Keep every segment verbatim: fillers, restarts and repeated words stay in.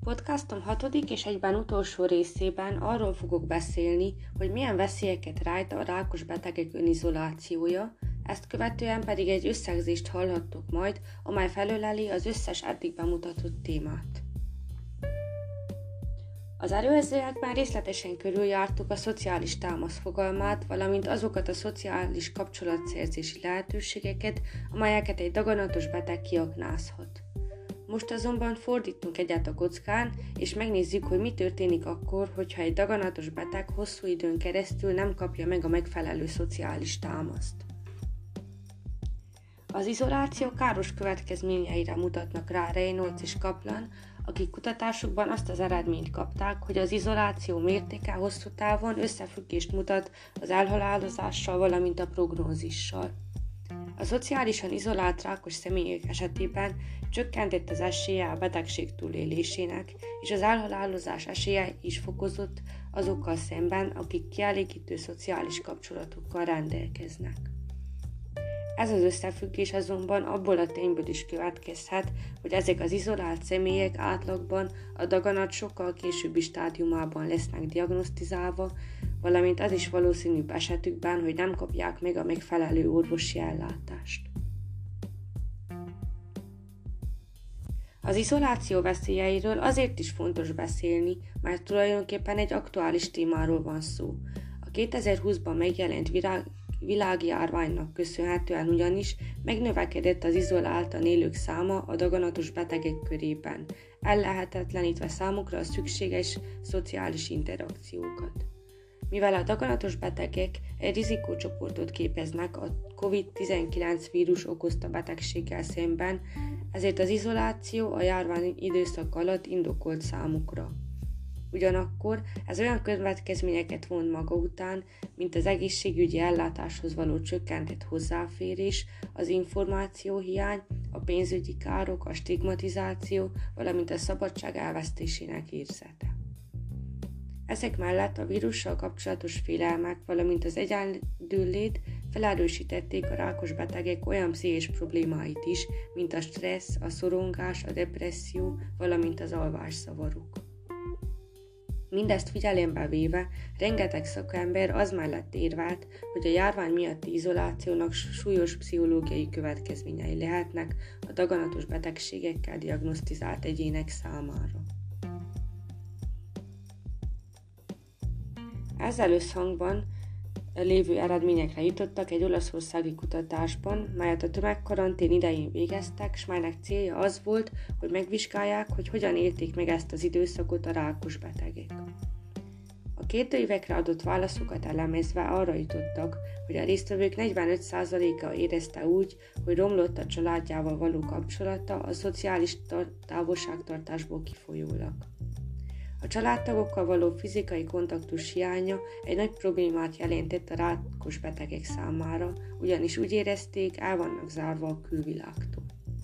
Podcastom hatodik és egyben utolsó részében arról fogok beszélni, hogy milyen veszélyeket rejt a rákos betegek önizolációja, ezt követően pedig egy összegzést hallhattok majd, amely felöleli az összes eddig bemutatott témát. Az előzőekben részletesen körüljártuk a szociális támasz fogalmát, valamint azokat a szociális kapcsolatszerzési lehetőségeket, amelyeket egy daganatos beteg kiaknázhat. Most azonban fordítunk egyet a kockán, és megnézzük, hogy mi történik akkor, hogyha egy daganatos beteg hosszú időn keresztül nem kapja meg a megfelelő szociális támaszt. Az izoláció káros következményeire mutatnak rá Reynolds és Kaplan, akik kutatásukban azt az eredményt kapták, hogy az izoláció mértéke hosszú távon összefüggést mutat az elhalálozással, valamint a prognózissal. A szociálisan izolált rákos személyek esetében csökkentett az esélye a betegség túlélésének, és az elhalálozás esélye is fokozott azokkal szemben, akik kielégítő szociális kapcsolatokkal rendelkeznek. Ez az összefüggés azonban abból a tényből is következhet, hogy ezek az izolált személyek átlagban a daganat sokkal későbbi stádiumában lesznek diagnosztizálva, valamint az is valószínűbb esetükben, hogy nem kapják meg a megfelelő orvosi ellátást. Az izoláció veszélyeiről azért is fontos beszélni, mert tulajdonképpen egy aktuális témáról van szó. A kétezer-húszban megjelent virág világjárványnak köszönhetően ugyanis megnövekedett az izoláltan élők száma a daganatos betegek körében, ellehetetlenítve számukra a szükséges szociális interakciókat. Mivel a daganatos betegek egy rizikócsoportot képeznek a kovid tizenkilenc vírus okozta betegséggel szemben, ezért az izoláció a járvány időszak alatt indokolt számukra. Ugyanakkor ez olyan következményeket von maga után, mint az egészségügyi ellátáshoz való csökkentett hozzáférés, az információhiány, a pénzügyi károk, a stigmatizáció, valamint a szabadság elvesztésének érzete. Ezek mellett a vírussal kapcsolatos félelmek, valamint az egyedüllét felerősítették a rákos betegek olyan pszichés problémáit is, mint a stressz, a szorongás, a depresszió, valamint az alvászavarok. Mindezt figyelembe véve, rengeteg szakember az mellett érvelt, hogy a járvány miatti izolációnak súlyos pszichológiai következményei lehetnek a daganatos betegségekkel diagnosztizált egyének számára. Ezzel összhangban lévő eredményekre jutottak egy olaszországi kutatásban, melyet a tömegkarantén idején végeztek, s melynek célja az volt, hogy megvizsgálják, hogy hogyan élték meg ezt az időszakot a rákos betegek. A kérdőívekre adott válaszokat elemezve arra jutottak, hogy a résztvevők negyvenöt százaléka érezte úgy, hogy romlott a családjával való kapcsolata a szociális távolságtartásból kifolyólag. A családtagokkal való fizikai kontaktus hiánya egy nagy problémát jelentett a rákos betegek számára, ugyanis úgy érezték, el vannak zárva a külvilágtól.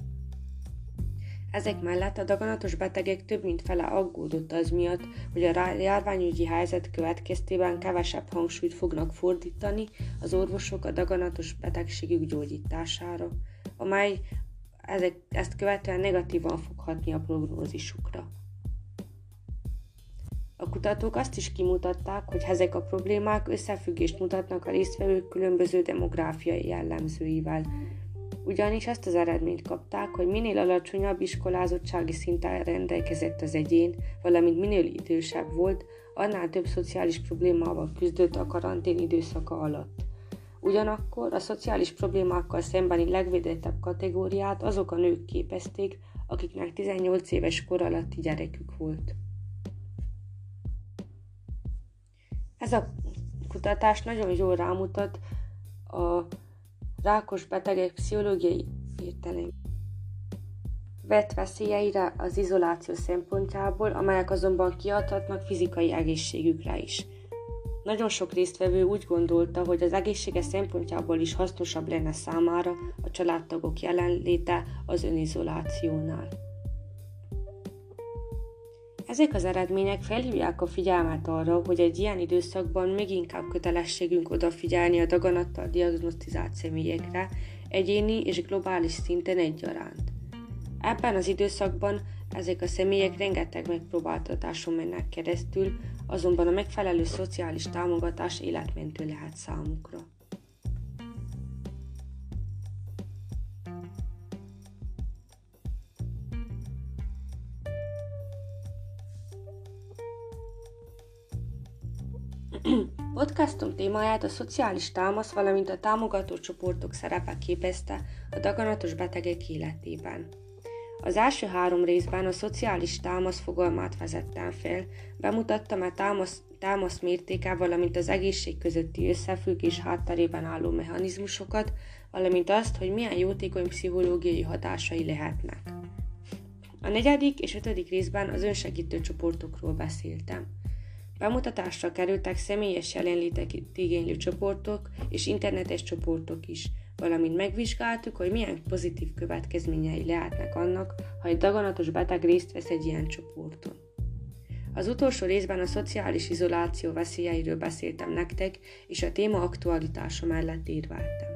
Ezek mellett a daganatos betegek több mint fele aggódott az miatt, hogy a járványügyi helyzet következtében kevesebb hangsúlyt fognak fordítani az orvosok a daganatos betegségük gyógyítására, amely ezek, ezt követően negatívan fog hatni a prognózisukra. A kutatók azt is kimutatták, hogy ezek a problémák összefüggést mutatnak a résztvevők különböző demográfiai jellemzőivel. Ugyanis azt az eredményt kapták, hogy minél alacsonyabb iskolázottsági szinten rendelkezett az egyén, valamint minél idősebb volt, annál több szociális problémával küzdött a karantén időszaka alatt. Ugyanakkor a szociális problémákkal szembeni legvédettebb kategóriát azok a nők képezték, akiknek tizennyolc éves kor alatti gyerekük volt. Ez a kutatás nagyon jól rámutat a rákos betegek pszichológiai értelem vett veszélyeire az izoláció szempontjából, amelyek azonban kihathatnak fizikai egészségükre is. Nagyon sok résztvevő úgy gondolta, hogy az egészsége szempontjából is hasznosabb lenne számára a családtagok jelenléte az önizolációnál. Ezek az eredmények felhívják a figyelmet arra, hogy egy ilyen időszakban még inkább kötelességünk odafigyelni a daganattal diagnosztizált személyekre, egyéni és globális szinten egyaránt. Ebben az időszakban Ezek a személyek rengeteg megpróbáltatáson mennek keresztül, azonban a megfelelő szociális támogatás életmentő lehet számukra. Podcastom témáját a szociális támasz, valamint a támogató csoportok szerepe képezte a daganatos betegek életében. Az első három részben a szociális támasz fogalmát vezettem fel, bemutattam a támasz, támasz mértéke, valamint az egészség közötti összefüggés hátterében álló mechanizmusokat, valamint azt, hogy milyen jótékony pszichológiai hatásai lehetnek. A negyedik és ötödik részben az önsegítő csoportokról beszéltem. Bemutatásra kerültek személyes jelenlétet igénylő csoportok és internetes csoportok is, valamint megvizsgáltuk, hogy milyen pozitív következményei lehetnek annak, ha egy daganatos beteg részt vesz egy ilyen csoporton. Az utolsó részben a szociális izoláció veszélyeiről beszéltem nektek, és a téma aktualitása mellett érveltem.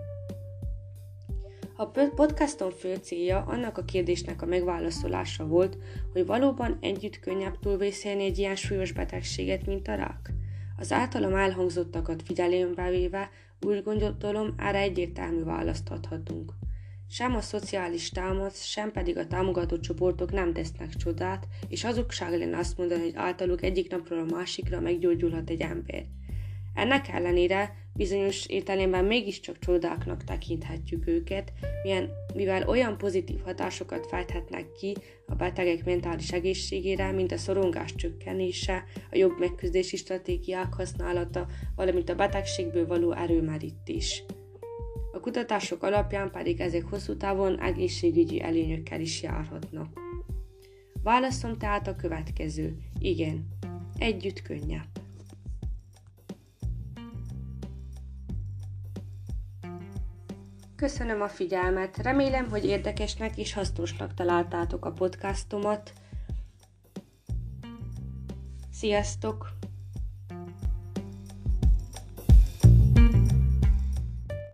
A podcastom fő célja annak a kérdésnek a megválaszolása volt, hogy valóban együtt könnyebb túlvészelni egy ilyen súlyos betegséget, mint a rák. Az általam elhangzottakat figyelembe véve úgy gondolom, erre egyértelmű választ adhatunk. Sem a szociális támasz, sem pedig a támogató csoportok nem tesznek csodát, és hazugság lenne azt mondani, hogy általuk egyik napról a másikra meggyógyulhat egy ember. Ennek ellenére bizonyos értelemben mégiscsak csodáknak tekinthetjük őket, milyen, mivel olyan pozitív hatásokat fejthetnek ki a betegek mentális egészségére, mint a szorongás csökkenése, a jobb megküzdési stratégiák használata, valamint a betegségből való erőmerítés. A kutatások alapján pedig ezek hosszú távon egészségügyi előnyökkel is járhatnak. Válaszom tehát a következő. Igen, együtt könnyebb. Köszönöm a figyelmet, remélem, hogy érdekesnek és hasznosnak találtátok a podcastomat. Sziasztok!